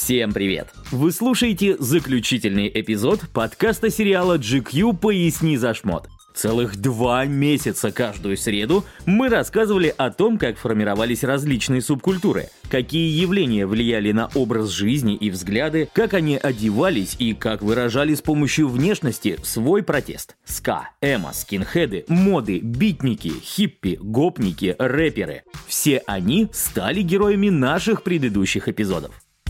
Всем привет! Вы слушаете заключительный эпизод подкаста сериала GQ «Поясни за шмот». Целых 2 месяца каждую среду мы рассказывали о том, как формировались различные субкультуры, какие явления влияли на образ жизни и взгляды, как они одевались и как выражали с помощью внешности свой протест. Ска, эмо, скинхеды, моды, битники, хиппи, гопники, рэперы. Все они стали героями наших предыдущих эпизодов.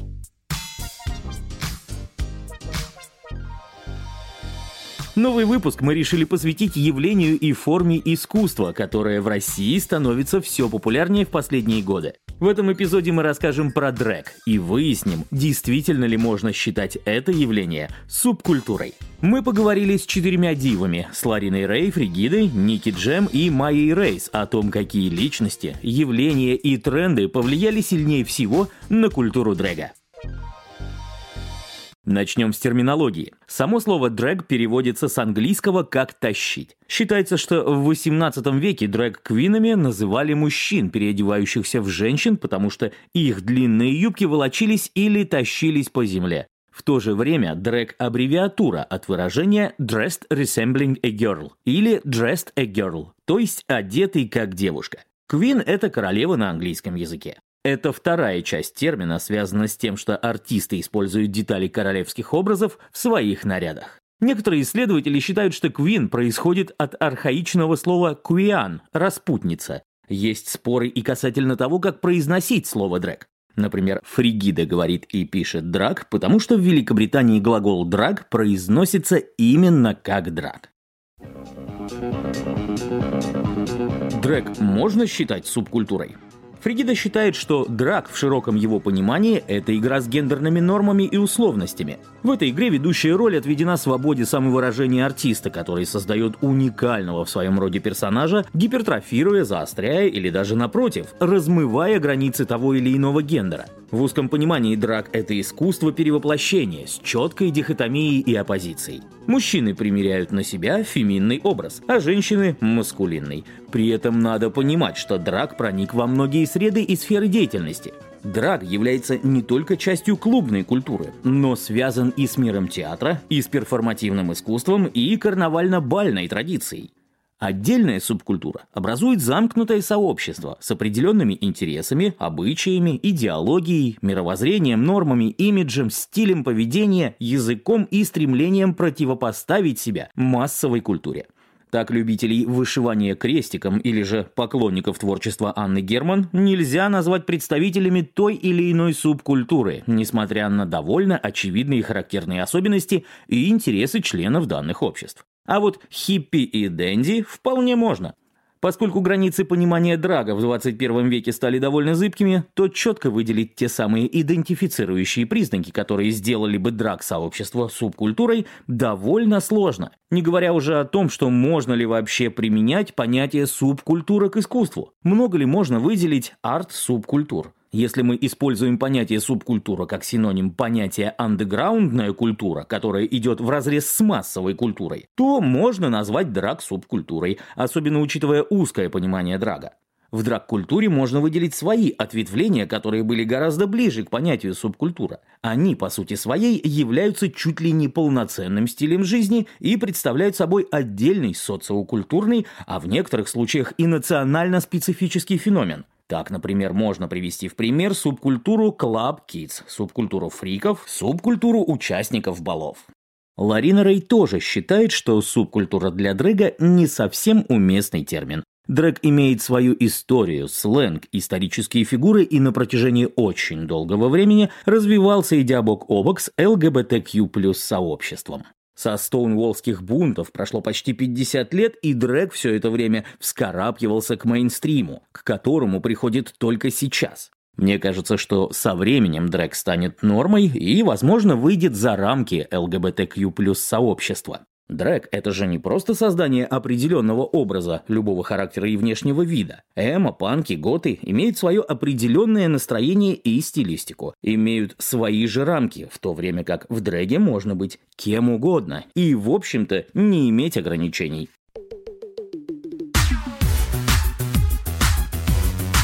Новый выпуск мы решили посвятить явлению и форме искусства, которое в России становится все популярнее в последние годы. В этом эпизоде мы расскажем про дрэг и выясним, действительно ли можно считать это явление субкультурой. Мы поговорили с 4 дивами – с Лариной Рей, Фригидой, Ники Джем и Майей Рейс о том, какие личности, явления и тренды повлияли сильнее всего на культуру дрэга. Начнем с терминологии. Само слово «дрэг» переводится с английского как «тащить». Считается, что в 18 веке дрэг-квинами называли мужчин, переодевающихся в женщин, потому что их длинные юбки волочились или тащились по земле. В то же время дрэг – аббревиатура от выражения «dressed resembling a girl» или «dressed a girl», то есть «одетый как девушка». Квин – это королева на английском языке. Это вторая часть термина связана с тем, что артисты используют детали королевских образов в своих нарядах. Некоторые исследователи считают, что квин происходит от архаичного слова «куиан» – «распутница». Есть споры и касательно того, как произносить слово «дрэг». Например, Фригида говорит и пишет «драг», потому что в Великобритании глагол «драг» произносится именно как «драг». Дрэг можно считать субкультурой? Фригида считает, что драг в широком его понимании – это игра с гендерными нормами и условностями. В этой игре ведущая роль отведена свободе самовыражения артиста, который создает уникального в своем роде персонажа, гипертрофируя, заостряя или даже напротив, размывая границы того или иного гендера. В узком понимании драг – это искусство перевоплощения с четкой дихотомией и оппозицией. Мужчины примеряют на себя феминный образ, а женщины – маскулинный. При этом надо понимать, что драг проник во многие среды и сферы деятельности. Драг является не только частью клубной культуры, но связан и с миром театра, и с перформативным искусством, и карнавально-бальной традицией. Отдельная субкультура образует замкнутое сообщество с определенными интересами, обычаями, идеологией, мировоззрением, нормами, имиджем, стилем поведения, языком и стремлением противопоставить себя массовой культуре. Так любителей вышивания крестиком или же поклонников творчества Анны Герман нельзя назвать представителями той или иной субкультуры, несмотря на довольно очевидные характерные особенности и интересы членов данных обществ. А вот хиппи и дэнди вполне можно. Поскольку границы понимания драга в 21 веке стали довольно зыбкими, то четко выделить те самые идентифицирующие признаки, которые сделали бы драг-сообщество субкультурой, довольно сложно. Не говоря уже о том, что можно ли вообще применять понятие субкультура к искусству. Много ли можно выделить арт-субкультур? Если мы используем понятие субкультура как синоним понятия андеграундная культура, которая идет вразрез с массовой культурой, то можно назвать драг субкультурой, особенно учитывая узкое понимание драга. В драг-культуре можно выделить свои ответвления, которые были гораздо ближе к понятию субкультура. Они, по сути своей, являются чуть ли не полноценным стилем жизни и представляют собой отдельный социокультурный, а в некоторых случаях и национально-специфический феномен. Так, например, можно привести в пример субкультуру Club Kids, субкультуру фриков, субкультуру участников балов. Ларина Рей тоже считает, что субкультура для дрэга не совсем уместный термин. Дрэг имеет свою историю, сленг, исторические фигуры и на протяжении очень долгого времени развивался, идя бок о бок с ЛГБТQ+ сообществом. Со стоунволлских бунтов прошло почти 50 лет, и дрэг все это время вскарабкивался к мейнстриму, к которому приходит только сейчас. Мне кажется, что со временем дрэг станет нормой и, возможно, выйдет за рамки ЛГБТQ+ сообщества. Дрэг – это же не просто создание определенного образа любого характера и внешнего вида. Эмо, панки, готы имеют свое определенное настроение и стилистику, имеют свои же рамки, в то время как в дрэге можно быть кем угодно и, в общем-то, не иметь ограничений.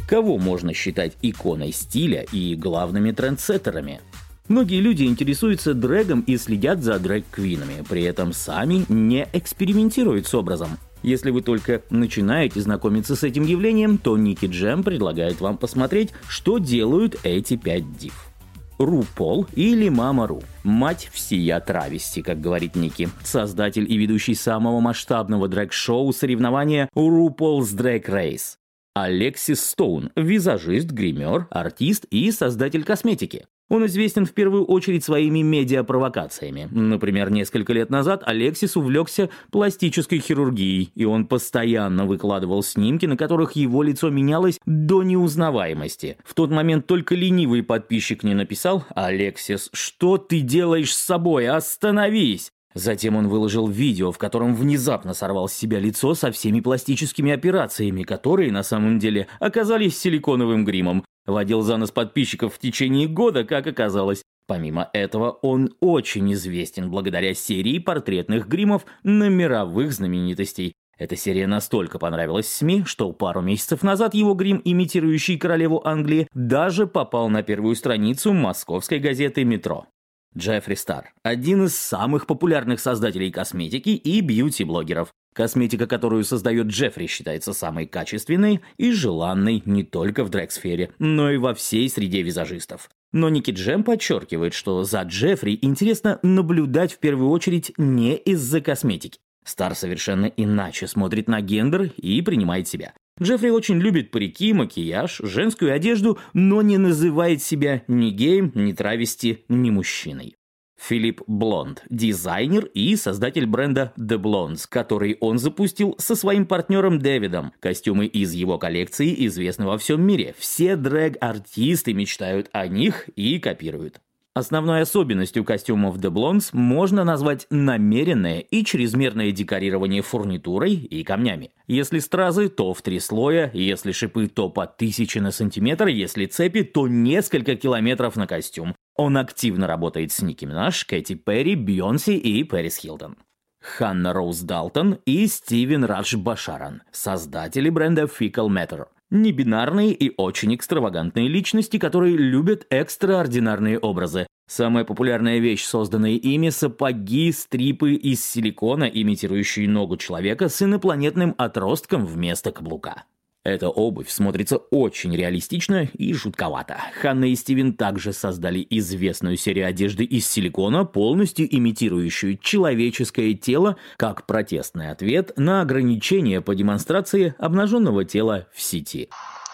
Кого можно считать иконой стиля и главными трендсеттерами? Многие люди интересуются дрэгом и следят за дрэг-квинами, при этом сами не экспериментируют с образом. Если вы только начинаете знакомиться с этим явлением, то Ники Джем предлагает вам посмотреть, что делают эти 5 див. RuPaul или Мама Ру. Мать всея травести, как говорит Ники. Создатель и ведущий самого масштабного дрэг-шоу соревнования RuPaul's Drag Race. Алексис Стоун – визажист, гример, артист и создатель косметики. Он известен в первую очередь своими медиапровокациями. Например, несколько лет назад Алексис увлекся пластической хирургией, и он постоянно выкладывал снимки, на которых его лицо менялось до неузнаваемости. В тот момент только ленивый подписчик не написал: «Алексис, что ты делаешь с собой? Остановись!» Затем он выложил видео, в котором внезапно сорвал с себя лицо со всеми пластическими операциями, которые на самом деле оказались силиконовым гримом. Водил за нос подписчиков в течение года, как оказалось. Помимо этого, он очень известен благодаря серии портретных гримов на мировых знаменитостей. Эта серия настолько понравилась СМИ, что пару месяцев назад его грим, имитирующий королеву Англии, даже попал на первую страницу московской газеты «Метро». Джеффри Стар – один из самых популярных создателей косметики и бьюти-блогеров. Косметика, которую создает Джеффри, считается самой качественной и желанной не только в дрэг-сфере, но и во всей среде визажистов. Но Ники Джем подчеркивает, что за Джеффри интересно наблюдать в первую очередь не из-за косметики. Стар совершенно иначе смотрит на гендер и принимает себя. Джеффри очень любит парики, макияж, женскую одежду, но не называет себя ни геем, ни травести, ни мужчиной. Филипп Блонд – дизайнер и создатель бренда The Blondes, который он запустил со своим партнером Дэвидом. Костюмы из его коллекции известны во всем мире. Все дрэг-артисты мечтают о них и копируют. Основной особенностью костюмов The Blondes можно назвать намеренное и чрезмерное декорирование фурнитурой и камнями. Если стразы, то в 3 слоя, если шипы, то по 1000 на сантиметр, если цепи, то несколько километров на костюм. Он активно работает с Ники Минаж, Кэти Перри, Бейонсе и Пэрис Хилтон. Ханна Роуз Далтон и Стивен Радж Башаран, создатели бренда Fecal Matter. Небинарные и очень экстравагантные личности, которые любят экстраординарные образы. Самая популярная вещь, созданная ими – сапоги, стрипы из силикона, имитирующие ногу человека с инопланетным отростком вместо каблука. Эта обувь смотрится очень реалистично и жутковато. Ханна и Стивен также создали известную серию одежды из силикона, полностью имитирующую человеческое тело, как протестный ответ на ограничения по демонстрации обнаженного тела в сети.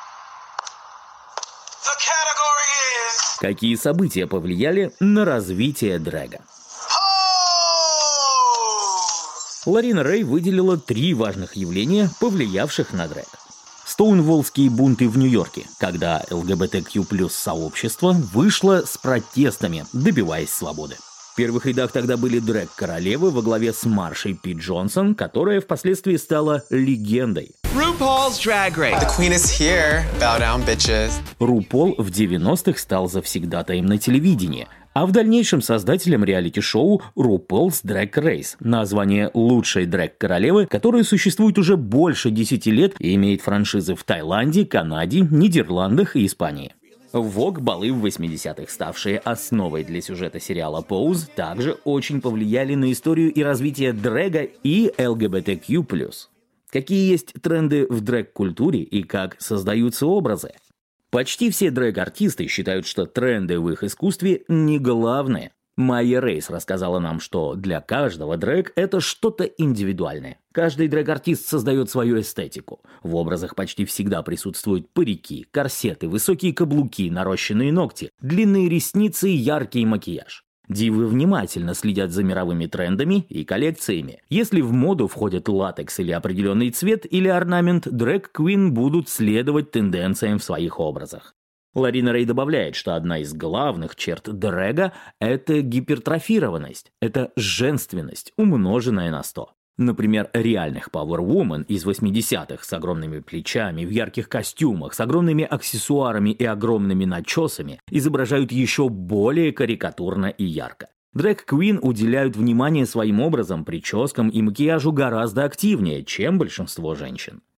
Какие события повлияли на развитие дрэга? Ларина Рэй выделила 3 важных явления, повлиявших на дрэг. Стоунволлские бунты в Нью-Йорке, когда ЛГБТQ+ сообщество вышло с протестами, добиваясь свободы. В первых рядах тогда были дрэг-королевы во главе с Маршей Пи Джонсон, которая впоследствии стала легендой. RuPaul's Drag Race. The queen is here. Bow down, bitches. RuPaul в 90-х стал завсегдатаем на телевидении, а в дальнейшем создателем реалити-шоу RuPaul's Drag Race, название лучшей дрэг-королевы, которая существует уже больше 10 лет и имеет франшизы в Таиланде, Канаде, Нидерландах и Испании. Вог-балы в 80-х, ставшие основой для сюжета сериала Pose, также очень повлияли на историю и развитие дрэга и ЛГБТQ+. Какие есть тренды в дрэг-культуре и как создаются образы? Почти все дрэг-артисты считают, что тренды в их искусстве не главные. Майя Рейс рассказала нам, что для каждого дрэг – это что-то индивидуальное. Каждый дрэг-артист создает свою эстетику. В образах почти всегда присутствуют парики, корсеты, высокие каблуки, нарощенные ногти, длинные ресницы и яркий макияж. Дивы внимательно следят за мировыми трендами и коллекциями. Если в моду входят латекс или определенный цвет или орнамент, дрэг-квин будут следовать тенденциям в своих образах. Ларина Рэй добавляет, что одна из главных черт дрэга – это гипертрофированность, это женственность, умноженная на 100. Например, реальных Power Woman из 80-х с огромными плечами, в ярких костюмах, с огромными аксессуарами и огромными начесами изображают еще более карикатурно и ярко. Дрэг-квин уделяют внимание своим образом, прическам и макияжу гораздо активнее, чем большинство женщин.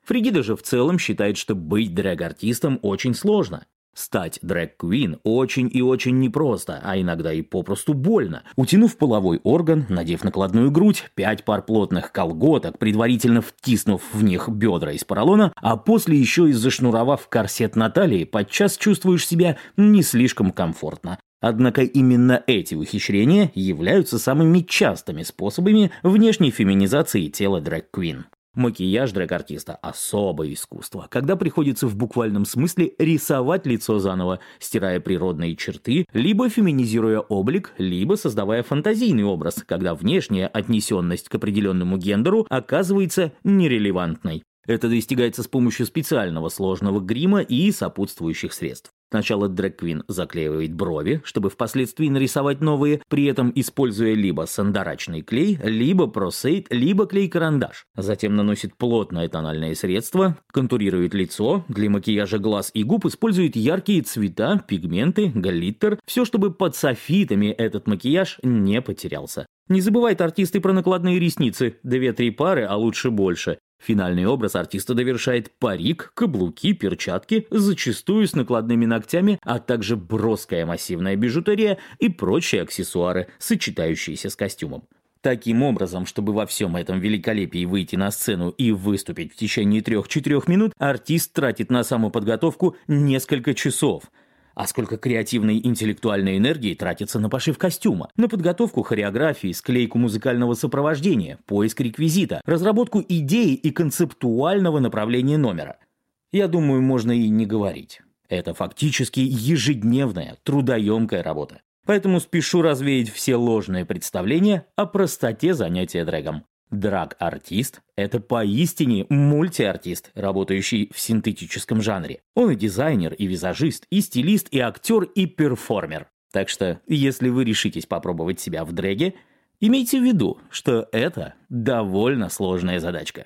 Фригида же в целом считает, что быть дрэг-артистом очень сложно. Стать дрэг-квин очень и очень непросто, а иногда и попросту больно. Утянув половой орган, надев накладную грудь, 5 пар плотных колготок, предварительно втиснув в них бедра из поролона, а после еще и зашнуровав корсет на талии, подчас чувствуешь себя не слишком комфортно. Однако именно эти ухищрения являются самыми частыми способами внешней феминизации тела дрэг-квин. Макияж дрэг-артиста – особое искусство, когда приходится в буквальном смысле рисовать лицо заново, стирая природные черты, либо феминизируя облик, либо создавая фантазийный образ, когда внешняя отнесенность к определенному гендеру оказывается нерелевантной. Это достигается с помощью специального сложного грима и сопутствующих средств. Сначала дрэг-квин заклеивает брови, чтобы впоследствии нарисовать новые, при этом используя либо сандарачный клей, либо просейд, либо клей-карандаш. Затем наносит плотное тональное средство, контурирует лицо, для макияжа глаз и губ использует яркие цвета, пигменты, глиттер, все, чтобы под софитами этот макияж не потерялся. Не забывают артисты про накладные ресницы, 2-3 пары, а лучше больше. Финальный образ артиста довершает парик, каблуки, перчатки, зачастую с накладными ногтями, а также броская массивная бижутерия и прочие аксессуары, сочетающиеся с костюмом. Таким образом, чтобы во всем этом великолепии выйти на сцену и выступить в течение 3-4 минут, артист тратит на самоподготовку несколько часов. А сколько креативной интеллектуальной энергии тратится на пошив костюма, на подготовку хореографии, склейку музыкального сопровождения, поиск реквизита, разработку идеи и концептуального направления номера. Я думаю, можно и не говорить. Это фактически ежедневная, трудоемкая работа. Поэтому спешу развеять все ложные представления о простоте занятия дрэгом. Драг-артист – это поистине мультиартист, работающий в синтетическом жанре. Он и дизайнер, и визажист, и стилист, и актер, и перформер. Так что, если вы решитесь попробовать себя в дрэге, имейте в виду, что это довольно сложная задачка.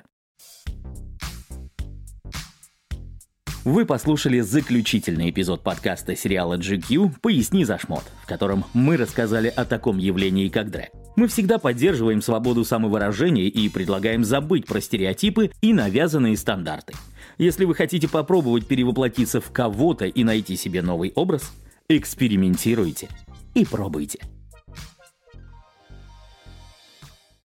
Вы послушали заключительный эпизод подкаста сериала GQ «Поясни за шмот», в котором мы рассказали о таком явлении, как дрэг. Мы всегда поддерживаем свободу самовыражения и предлагаем забыть про стереотипы и навязанные стандарты. Если вы хотите попробовать перевоплотиться в кого-то и найти себе новый образ, экспериментируйте и пробуйте.